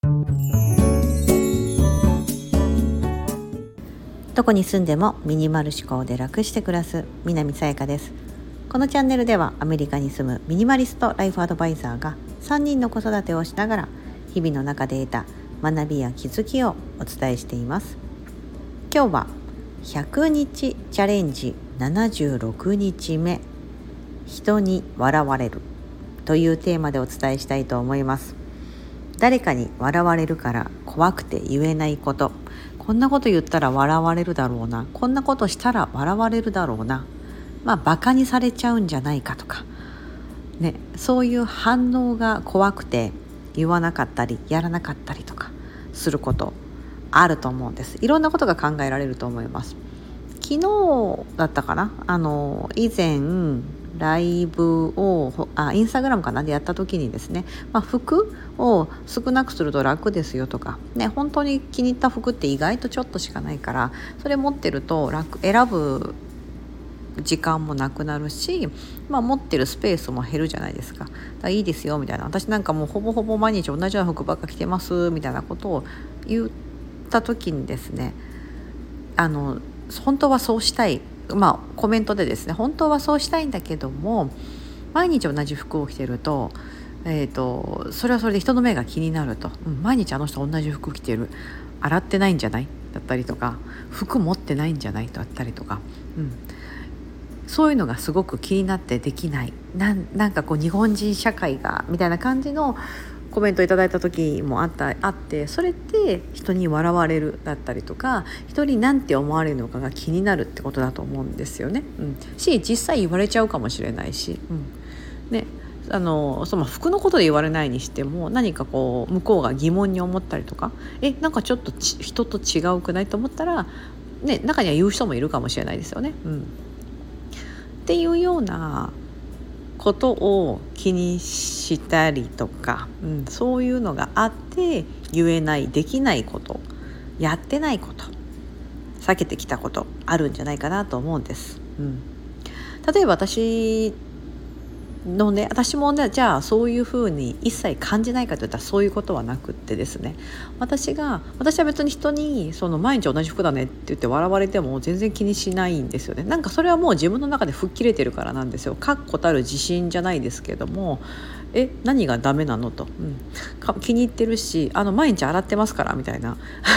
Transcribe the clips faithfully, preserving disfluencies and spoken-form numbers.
どこに住んでもミニマル思考で楽して暮らす南さやかです。このチャンネルではアメリカに住むミニマリストライフアドバイザーがさんにんの子育てをしながら日々の中で得た学びや気づきをお伝えしています。今日はひゃくにちチャレンジななじゅうろくにちめ、人に笑われるというテーマでお伝えしたいと思います。誰かに笑われるから怖くて言えないこと、こんなこと言ったら笑われるだろうな、こんなことしたら笑われるだろうな、まあバカにされちゃうんじゃないかとかね、そういう反応が怖くて言わなかったりやらなかったりとかすることあると思うんです。いろんなことが考えられると思います。昨日だったかな、あの以前ライブをあインスタグラムかなでやった時にですね、まあ、服を少なくすると楽ですよとかね、本当に気に入った服って意外とちょっとしかないから、それ持ってると楽選ぶ時間もなくなるし、まあ、持ってるスペースも減るじゃないですか。だからいいですよみたいな、私なんかもうほぼほぼ毎日同じような服ばっか着てますみたいなことを言った時にですね、あの本当はそうしたい、まあコメントでですね、本当はそうしたいんだけども毎日同じ服を着てると、えーと、それはそれで人の目が気になると、うん、毎日あの人同じ服着てる、洗ってないんじゃないだったりとか、服持ってないんじゃないだったりとか、うん、そういうのがすごく気になってできない、な ん, なんかこう日本人社会がみたいな感じのコメントいただいた時もあったあって、それって人に笑われるだったりとか、人に何て思われるのかが気になるってことだと思うんですよね、うん、し実際言われちゃうかもしれないし、うんね、あのその服のことで言われないにしても、何かこう向こうが疑問に思ったりとか、えなんかちょっと人と違うくないと思ったら、ね、中には言う人もいるかもしれないですよね、うん、っていうようなことを気にしたりとか、うん、そういうのがあって言えない、できないこと、やってないこと、避けてきたことあるんじゃないかなと思うんです、うん、例えば私のね、私もね、じゃあそういうふうに一切感じないかといったらそういうことはなくってですね、私が私は別に人にその毎日同じ服だねって言って笑われても全然気にしないんですよね。なんかそれはもう自分の中で吹っ切れてるからなんですよ。確固たる自信じゃないですけども、え何がダメなのと、うん、か気に入ってるし、あの毎日洗ってますからみたいな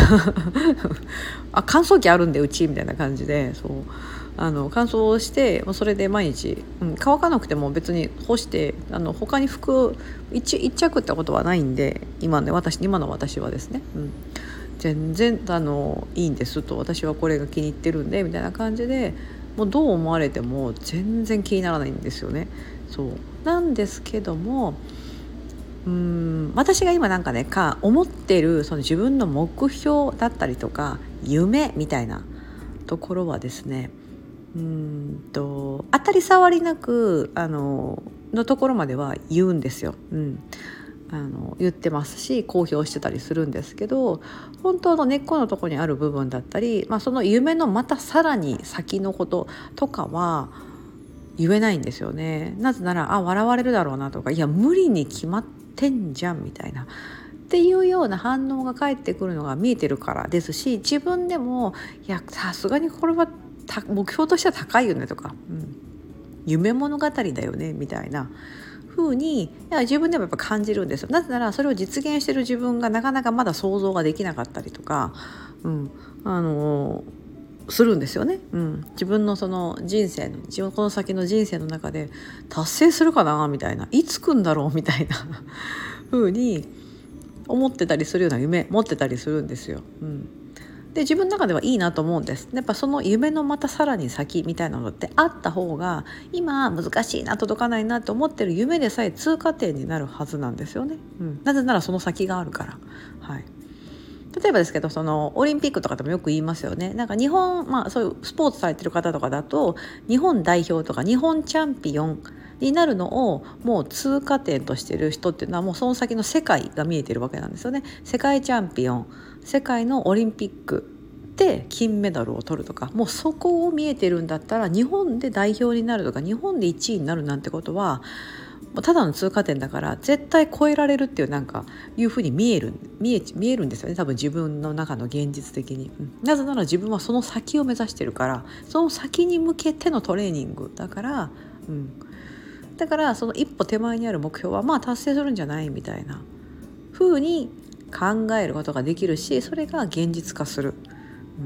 あ乾燥機あるんでうちみたいな感じで、そうあの乾燥してそれで毎日、うん、乾かなくても別に干して、あの他に服 一, 一着ってことはないんで、今ね私今の私はですね、うん、全然あのいいんですと、私はこれが気に入ってるんでみたいな感じで、もうどう思われても全然気にならないんですよね。そうなんですけども、うーん私が今なんかねか思ってるその自分の目標だったりとか夢みたいなところはですね、うーんと当たり障りなくあののところまでは言うんですよ、うん、あの言ってますし公表してたりするんですけど、本当の根っこのところにある部分だったり、まあ、その夢のまたさらに先のこととかは言えないんですよね。なぜならあ笑われるだろうなとか、いや無理に決まってんじゃんみたいなっていうような反応が返ってくるのが見えてるからですし、自分でもいやさすがにこれは目標としては高いよねとか、うん、夢物語だよねみたいな風にいや自分でもやっぱ感じるんですよ。なぜならそれを実現してる自分がなかなかまだ想像ができなかったりとか、うん、あのするんですよね、うん、自分のその人生の自分この先の人生の中で達成するかなみたいな、いつ来んだろうみたいな風に思ってたりするような夢持ってたりするんですよ、うん、で自分の中ではいいなと思うんです。やっぱその夢のまたさらに先みたいなのってあった方が今難しいな届かないなと思ってる夢でさえ通過点になるはずなんですよね、うん、なぜならその先があるから、はい、例えばですけどそのオリンピックとかでもよく言いますよね。なんか日本、まあ、そういうスポーツされてる方とかだと日本代表とか日本チャンピオンになるのをもう通過点としてる人っていうのはもうその先の世界が見えてるわけなんですよね。世界チャンピオン、世界のオリンピックで金メダルを取るとか、もうそこを見えてるんだったら日本で代表になるとか日本でいちいになるなんてことはもうただの通過点だから絶対超えられるっていうなんかいうふうに見える見え見えるんですよね、多分自分の中の現実的に、うん、なぜなら自分はその先を目指してるから、その先に向けてのトレーニングだから、うん、だからその一歩手前にある目標はまあ達成するんじゃないみたいな風に考えることができるし、それが現実化する、うん、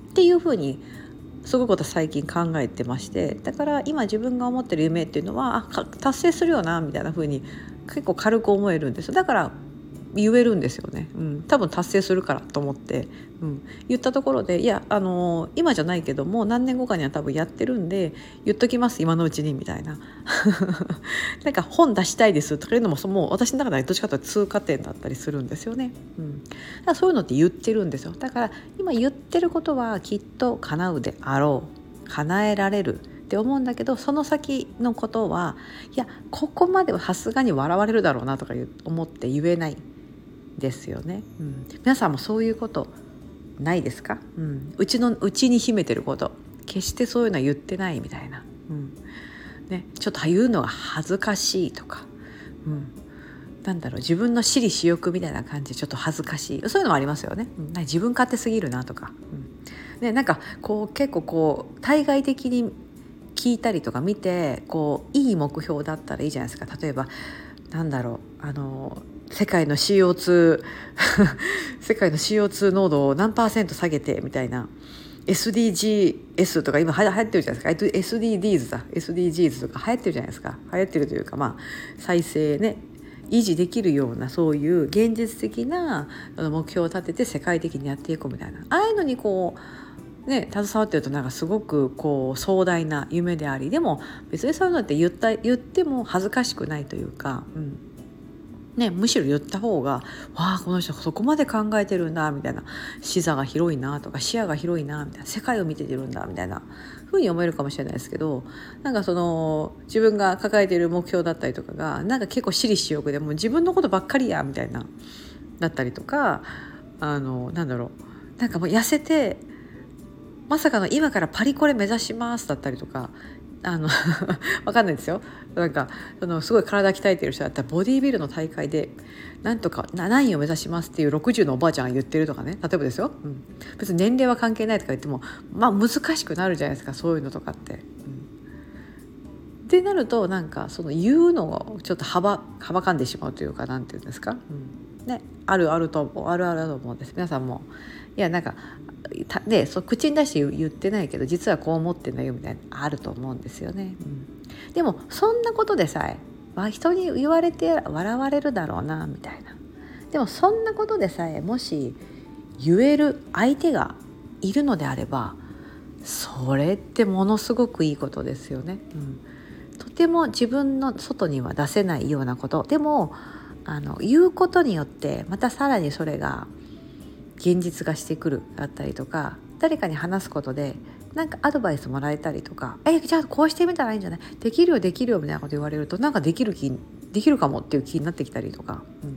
っていう風にすごいこと最近考えてまして、だから今自分が思ってる夢っていうのはあ達成するよなみたいな風に結構軽く思えるんですよ。だから言えるんですよね、うん、多分達成するからと思って、うん、言ったところでいや、あのー、今じゃないけども何年後かには多分やってるんで言っときます今のうちにみたいななんか本出したいですとかいうのももう私の中ではどっちかというと通過点だったりするんですよね、うん、だからそういうのって言ってるんですよ。だから今言ってることはきっと叶うであろう、叶えられるって思うんだけど、その先のことはいやここまではさすがに笑われるだろうなとか思って言えないですよね、うん、皆さんもそういうことないですか、うん、うちのうちに秘めてること決してそういうのは言ってないみたいな、うんね、ちょっと言うのが恥ずかしいとか、うん、なんだろう自分の私利私欲みたいな感じでちょっと恥ずかしい、そういうのもありますよね、うん、自分勝手すぎるなとか、うんね、なんかこう結構こう対外的に聞いたりとか見てこういい目標だったらいいじゃないですか。例えばなんだろうあの世界の シーオーツー 世界の シーオーツー 濃度を何パーセント下げてみたいな エスディージーエス とか今流行ってるじゃないですか。 エスディーディーズ だ エスディージーズ とか流行ってるじゃないですか。流行ってるというかまあ再生ね維持できるようなそういう現実的な目標を立てて世界的にやっていこうみたいな、ああいうのにこうね携わってるとなんかすごくこう壮大な夢であり、でも別にそういうのって言った言っても恥ずかしくないというか、うんね、むしろ言った方がわあこの人そこまで考えてるんだみたいな、視座が広いなとか視野が広いなみたいな、世界を見ててるんだみたいな風に思えるかもしれないですけど、なんかその自分が抱えている目標だったりとかがなんか結構私利私欲でも自分のことばっかりやみたいなだったりとか、あのなんだろうなんかもう痩せてまさかの今からパリコレ目指しますだったりとか、あのわかんないですよ。なんかそのすごい体鍛えてる人だったらボディービルの大会でなんとか何位を目指しますっていうろくじゅうのおばあちゃんが言ってるとかね、例えばですよ、うん、別に年齢は関係ないとか言ってもまあ難しくなるじゃないですか、そういうのとかって、うん、ってなるとなんかその言うのをちょっとはばはばかんでしまうというか、なんていうんですか、うんね、あるあると思うあるあるだと思うんです。皆さんもいやなんかでそう口に出して言ってないけど実はこう思ってんだよみたいなあると思うんですよね、うん、でもそんなことでさえ、まあ、人に言われて笑われるだろうなみたいな、でもそんなことでさえもし言える相手がいるのであればそれってものすごくいいことですよね、うん、とても自分の外には出せないようなことでもあの言うことによってまたさらにそれが現実化してくるだったりとか、誰かに話すことでなんかアドバイスもらえたりとか、えじゃあこうしてみたらいいんじゃない、できるよできるよみたいなこと言われるとなんかできる気できるかもっていう気になってきたりとか、うん、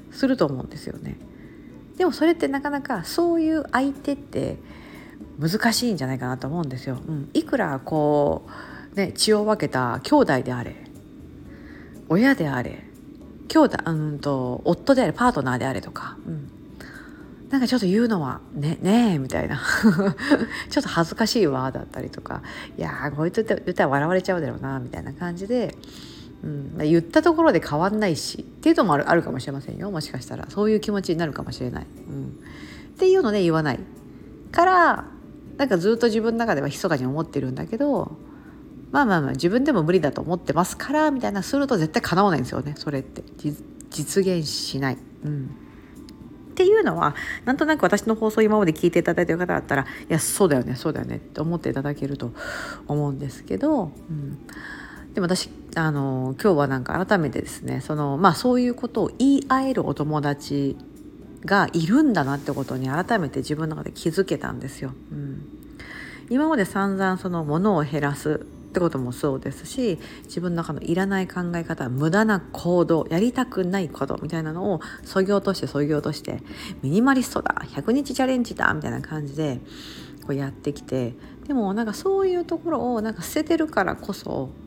すると思うんですよね。でもそれってなかなかそういう相手って難しいんじゃないかなと思うんですよ、うん、いくらこう、ね、血を分けた兄弟であれ親であれ兄弟うんと夫であれパートナーであれとか、うんなんかちょっと言うのはねねえみたいなちょっと恥ずかしいわだったりとか、いやこう言ったら笑われちゃうだろうなみたいな感じで、うんまあ、言ったところで変わんないしっていうのもある、あるかもしれませんよ。もしかしたらそういう気持ちになるかもしれない、うん、っていうので言わないからなんかずっと自分の中では密かに思ってるんだけど、まあまあまあ自分でも無理だと思ってますからみたいなすると絶対叶わないんですよね。それって実現しない、うんっていうのはなんとなく私の放送今まで聞いていただいている方だったらいやそうだよねそうだよねって思っていただけると思うんですけど、うん、でも私あの今日はなんか改めてですねその、まあ、そういうことを言い合えるお友達がいるんだなってことに改めて自分の中で気づけたんですよ、うん、今まで散々その物を減らすってこともそうですし、自分の中のいらない考え方、無駄な行動、やりたくないことみたいなのを削ぎ落として削ぎ落としてミニマリストだひゃくにちチャレンジだみたいな感じでこうやってきて、でもなんかそういうところをなんか捨ててるからこそ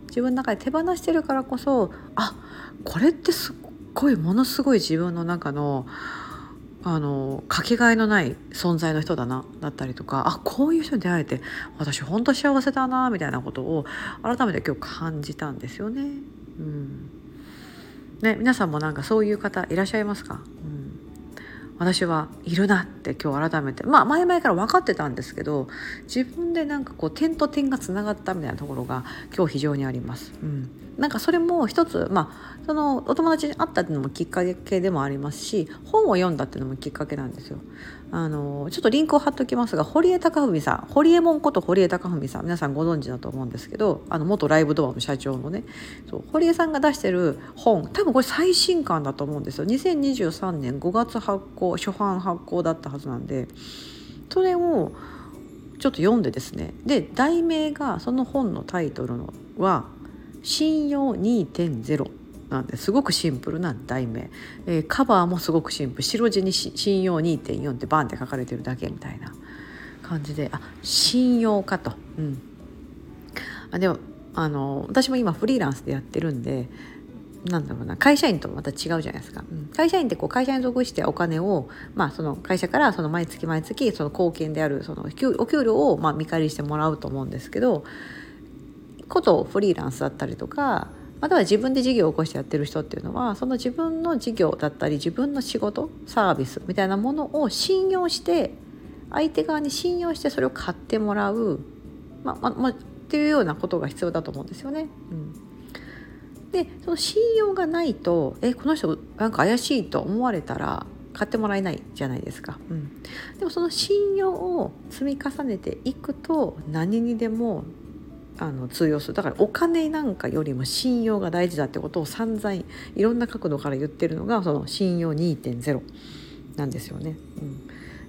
自分の中で手放してるからこそ、あ、これってすっごいものすごい自分の中のあのかけがえのない存在の人だなだったりとか、あ、こういう人に出会えて私本当幸せだなみたいなことを改めて今日感じたんですよね。うんね、皆さんもなんかそういう方いらっしゃいますか？うん、私はいるなって今日改めて、まあ前々から分かってたんですけど、自分でなんかこう点と点がつながったみたいなところが今日非常にあります。うん、なんかそれも一つ、まあそのお友達に会ったっていうのもきっかけでもありますし、本を読んだっていうのもきっかけなんですよ。あのちょっとリンクを貼っておきますが、堀江貴文さん、堀江門こと堀江貴文さん、皆さんご存知だと思うんですけど、あの元ライブドアの社長のね、そう堀江さんが出してる本、多分これ最新刊だと思うんですよ。にせんにじゅうさんねんごがつ発行、初版発行だったはずなんで、それをちょっと読んでですね、で題名が、その本のタイトルのは信用 にてんゼロ なんで、すごくシンプルな題名、えー、カバーもすごくシンプル、白地に信用 にてんよん ってバンって書かれてるだけみたいな感じで、あ、信用かと、うん、あでもあの私も今フリーランスでやってるんで、なんだろうな、会社員とまた違うじゃないですか。うん、会社員ってこう会社に属してお金を、まあ、その会社からその毎月毎月その貢献であるそのお給料をまあ見返りしてもらうと思うんですけど、ことフリーランスだったりとか、または自分で事業を起こしてやってる人っていうのは、その自分の事業だったり自分の仕事サービスみたいなものを信用して、相手側に信用してそれを買ってもらう、まあまあまあ、っていうようなことが必要だと思うんですよね。うん、でその信用がないと、えこの人なんか怪しいと思われたら買ってもらえないじゃないですか。うん、でもその信用を積み重ねていくと何にでもあの通用する。だからお金なんかよりも信用が大事だってことを散々いろんな角度から言ってるのがその信用 にてんゼロ なんですよね。うん、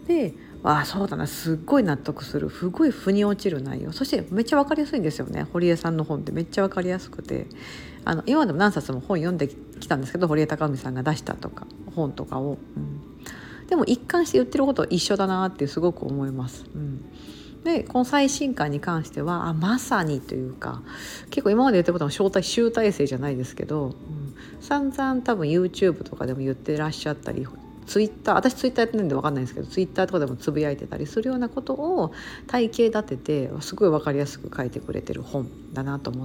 で、ああそうだな、すっごい納得する、すごい腑に落ちる内容、そしてめっちゃ分かりやすいんですよね。堀江さんの本ってめっちゃ分かりやすくて、あの今までも何冊も本読んできたんですけど、堀江貴文さんが出したとか本とかを、うん、でも一貫して言ってることは一緒だなってすごく思います。うん、でこの最新刊に関しては、あまさにというか、結構今まで言ってることも集大集大成じゃないですけど、うん、散々多分 YouTube とかでも言ってらっしゃったり、ツイッター、私ツイッターやってないんで分かんないんですけど、ツイッターとかでもつぶやいてたりするようなことを体系立ててすごい分かりやすく書いてくれてる本だなと思って、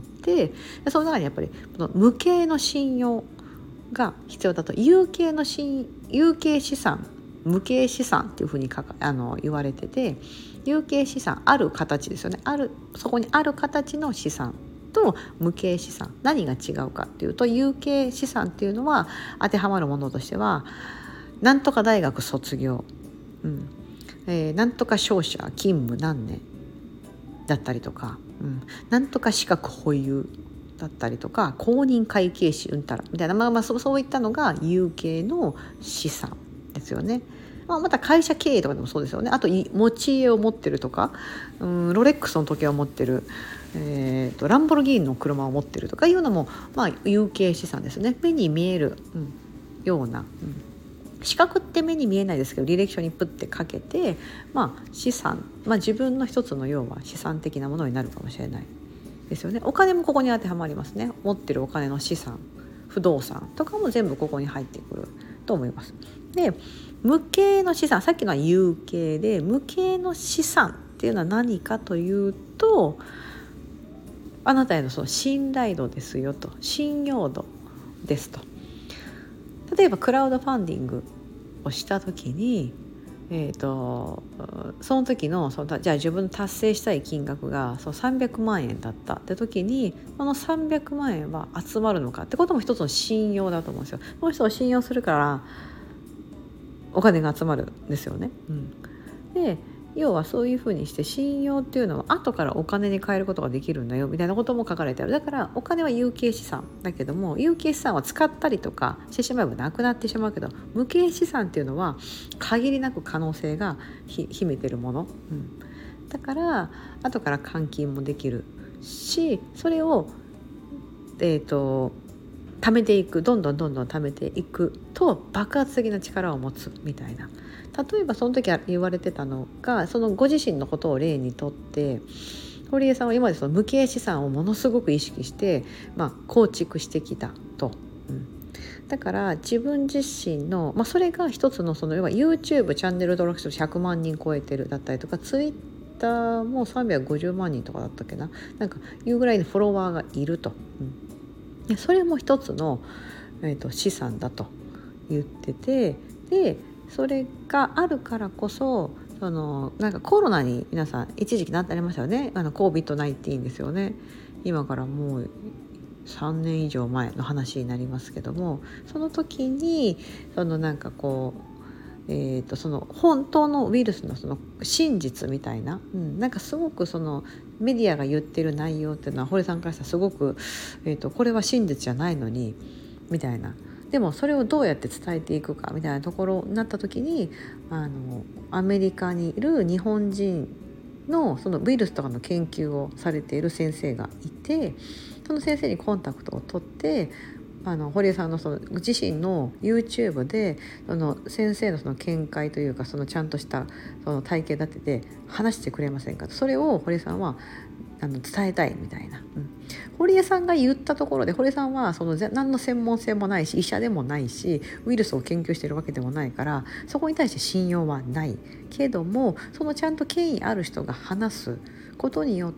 その中にやっぱりこの無形の信用が必要だと、有形の信有形資産、無形資産っていうふうにかかあの言われてて、有形資産、ある形ですよね、あるそこにある形の資産と無形資産、何が違うかっていうと、有形資産っていうのは当てはまるものとしては、なんとか大学卒業、うんえー、なんとか商社勤務何年だったりとか、うん、なんとか資格保有だったりとか、公認会計士うんたらみたいな、まあまあそう、そういったのが有形の資産ですよね。まあ、また会社経営とかでもそうですよね。あと持ち家を持ってるとか、うん、ロレックスの時計を持ってる、えー、とランボルギーニの車を持ってるとかいうのも、まあ、有形資産ですね。目に見える、うん、ような、うん資格って目に見えないですけど、履歴書にプッてかけて、まあ、資産、まあ、自分の一つの要は資産的なものになるかもしれないですよね。お金もここに当てはまりますね。持ってるお金の資産、不動産とかも全部ここに入ってくると思います。で、無形の資産、さっきのは有形で、無形の資産っていうのは何かというと、あなたへのその信頼度ですよと、信用度ですと。例えばクラウドファンディングをした時に、えー、とその時のそのじゃあ自分の達成したい金額がそのさんびゃくまんえんだったって時に、そのさんびゃくまんえんは集まるのかってことも一つの信用だと思うんですよ。この人を信用するからお金が集まるんですよね。うん、で要はそういうふうにして信用っていうのは後からお金に変えることができるんだよみたいなことも書かれてある。だからお金は有形資産だけども、有形資産は使ったりとかしてしまえばなくなってしまうけど、無形資産っていうのは限りなく可能性がひ秘めてるもの、うん、だから後から換金もできるし、それをえっと貯めていく、どんどんどんどん貯めていくと爆発的な力を持つみたいな。例えばその時言われてたのが、そのご自身のことを例にとって、 堀江さんは今までその無形資産をものすごく意識して、まあ、構築してきたと、うん、だから自分自身の、まあ、それが一つのその要は YouTube チャンネル登録者ひゃくまんにん超えてるだったりとか、 Twitter もさんびゃくごじゅうまんにんとかだったっけな、なんかいうぐらいのフォロワーがいると、うん、それも一つの、えーと、資産だと言ってて、でそれがあるからこそそのなんかコロナに皆さん一時期なってありましたよね。あの コービッドナインティーン ですよね。今からもうさんねん以上前の話になりますけども、その時にそのなんかこう、えー、とその本当のウイルスのその真実みたいな、うん、なんかすごくそのメディアが言ってる内容っていうのは堀さんからしたらすごく、えー、とこれは真実じゃないのにみたいな、でもそれをどうやって伝えていくかみたいなところになった時に、あのアメリカにいる日本人のそのウイルスとかの研究をされている先生がいて、その先生にコンタクトを取って、あの堀江さんのその自身の YouTube でその先生のその見解というか、そのちゃんとしたその体系立てて話してくれませんかと、それを堀江さんはあの伝えたいみたいな、うん、堀江さんが言ったところで、堀江さんはその何の専門性もないし医者でもないしウイルスを研究しているわけでもないから、そこに対して信用はないけども、そのちゃんと権威ある人が話すことによって、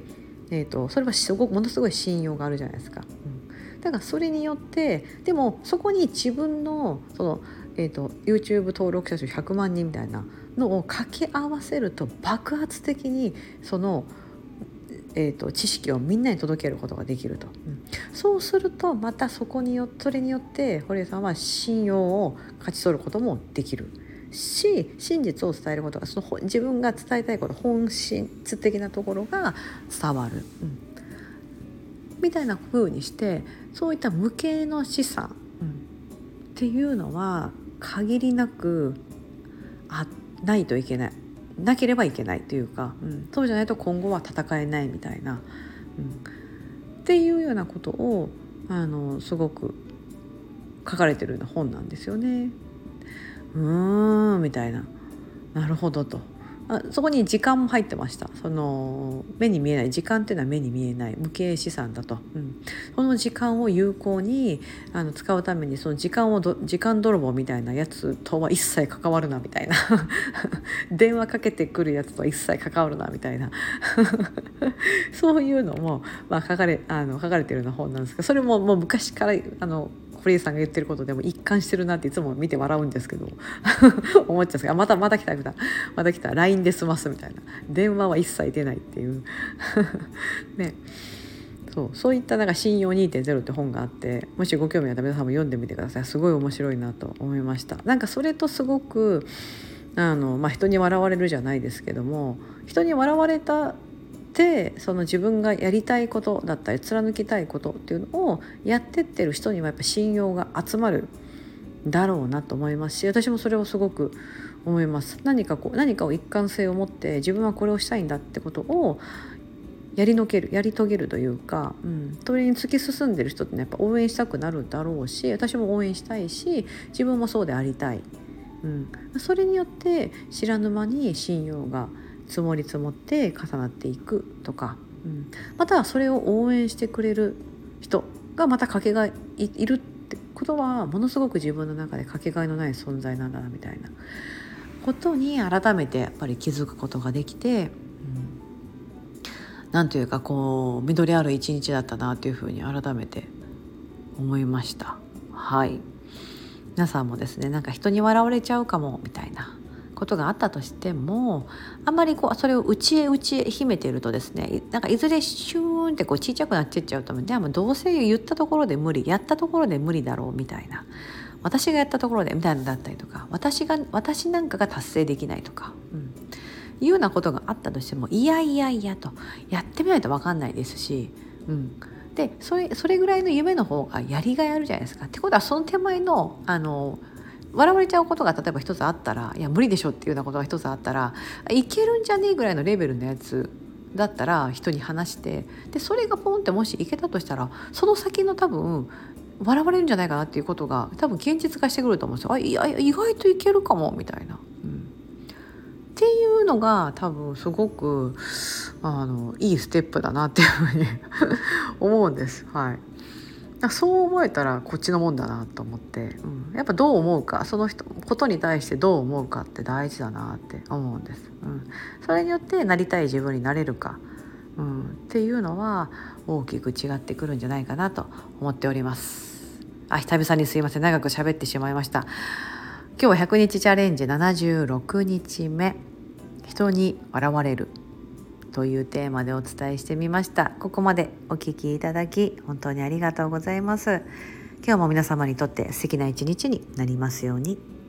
えーと、それはすごくものすごい信用があるじゃないですか、うん、だからそれによって、でもそこに自分のその、えーと、YouTube 登録者数ひゃくまんにんみたいなのを掛け合わせると爆発的にそのえーと、知識をみんなに届けることができると、うん、そうするとまたそこによそれによって堀江さんは信用を勝ち取ることもできるし、真実を伝えることがその自分が伝えたいこと、本質的なところが伝わる、うん、みたいな風にして、そういった無形の資産、うん、っていうのは限りなくあないといけない、なければいけないというか、うん、そうじゃないと今後は戦えないみたいな、うん、っていうようなことをあのすごく書かれてるような本なんですよね。うーんみたいな、なるほどと。あそこに時間も入ってました。その目に見えない時間っていうのは目に見えない無形資産だと、うん、その時間を有効にあの使うためにその時間をど時間泥棒みたいなやつとは一切関わるなみたいな電話かけてくるやつとは一切関わるなみたいなそういうのも、まあ、書かれあの書かれてるような本なんですけど、それももう昔からあの堀江さんが言ってることでも一貫してるなっていつも見て笑うんですけど思っちゃうんですが、またまた来た来たまた来た ライン で済ますみたいな、電話は一切出ないっていうね、そうそういったなんか信用 にてんゼロ って本があって、もしご興味あったら皆さんも読んでみてください。すごい面白いなと思いました。なんかそれとすごくあの、まあ、人に笑われるじゃないですけども、人に笑われたでその自分がやりたいことだったり貫きたいことっていうのをやってってる人にはやっぱ信用が集まるだろうなと思いますし、私もそれをすごく思います。何かこう何かを一貫性を持って自分はこれをしたいんだってことをやりのけるやり遂げるというか、うん、それに突き進んでる人ってやっぱ応援したくなるだろうし、私も応援したいし自分もそうでありたい、うん、それによって知らぬ間に信用が積もり積もって重なっていくとか、うん、またはそれを応援してくれる人がまたかけがいいるってことはものすごく自分の中でかけがえのない存在なんだなみたいなことに改めてやっぱり気づくことができて、うん、なんというかこう緑ある一日だったなというふうに改めて思いました。はい、皆さんもですね、なんか人に笑われちゃうかもみたいなことがあったとしても、あんまりこうそれを内へ内へ秘めているとですね、なんかいずれシューンってこうちっちゃくなっていっちゃうと、じゃあもうどうせ言ったところで無理、やったところで無理だろうみたいな、私がやったところでみたいなだったりとか、私が私なんかが達成できないとか、うん、いうようなことがあったとしても、いやいやいやとやってみないと分かんないですし、うん、でそれそれぐらいの夢の方がやりがいあるじゃないですか。ってことはその手前のあの笑われちゃうことが例えば一つあったら、いや無理でしょっていうようなことが一つあったら、いけるんじゃねえぐらいのレベルのやつだったら人に話して、でそれがポンってもしいけたとしたら、その先の多分笑われるんじゃないかなっていうことが多分現実化してくると思うんですよ。あ、いや意外といけるかもみたいな、うん、っっていうのが多分すごくあのいいステップだなっていうふうに思うんです。はい。そう思えたらこっちのもんだなと思って、うん、やっぱどう思うか、その人ことに対してどう思うかって大事だなって思うんです。うん、それによってなりたい自分になれるか、うん、っていうのは大きく違ってくるんじゃないかなと思っております。あ、久々にすいません、長く喋ってしまいました。今日はひゃくにちチャレンジななじゅうろくにちめ、人に笑われるというテーマでお伝えしてみました。ここまでお聞きいただき本当にありがとうございます。今日も皆様にとって素敵な一日になりますように。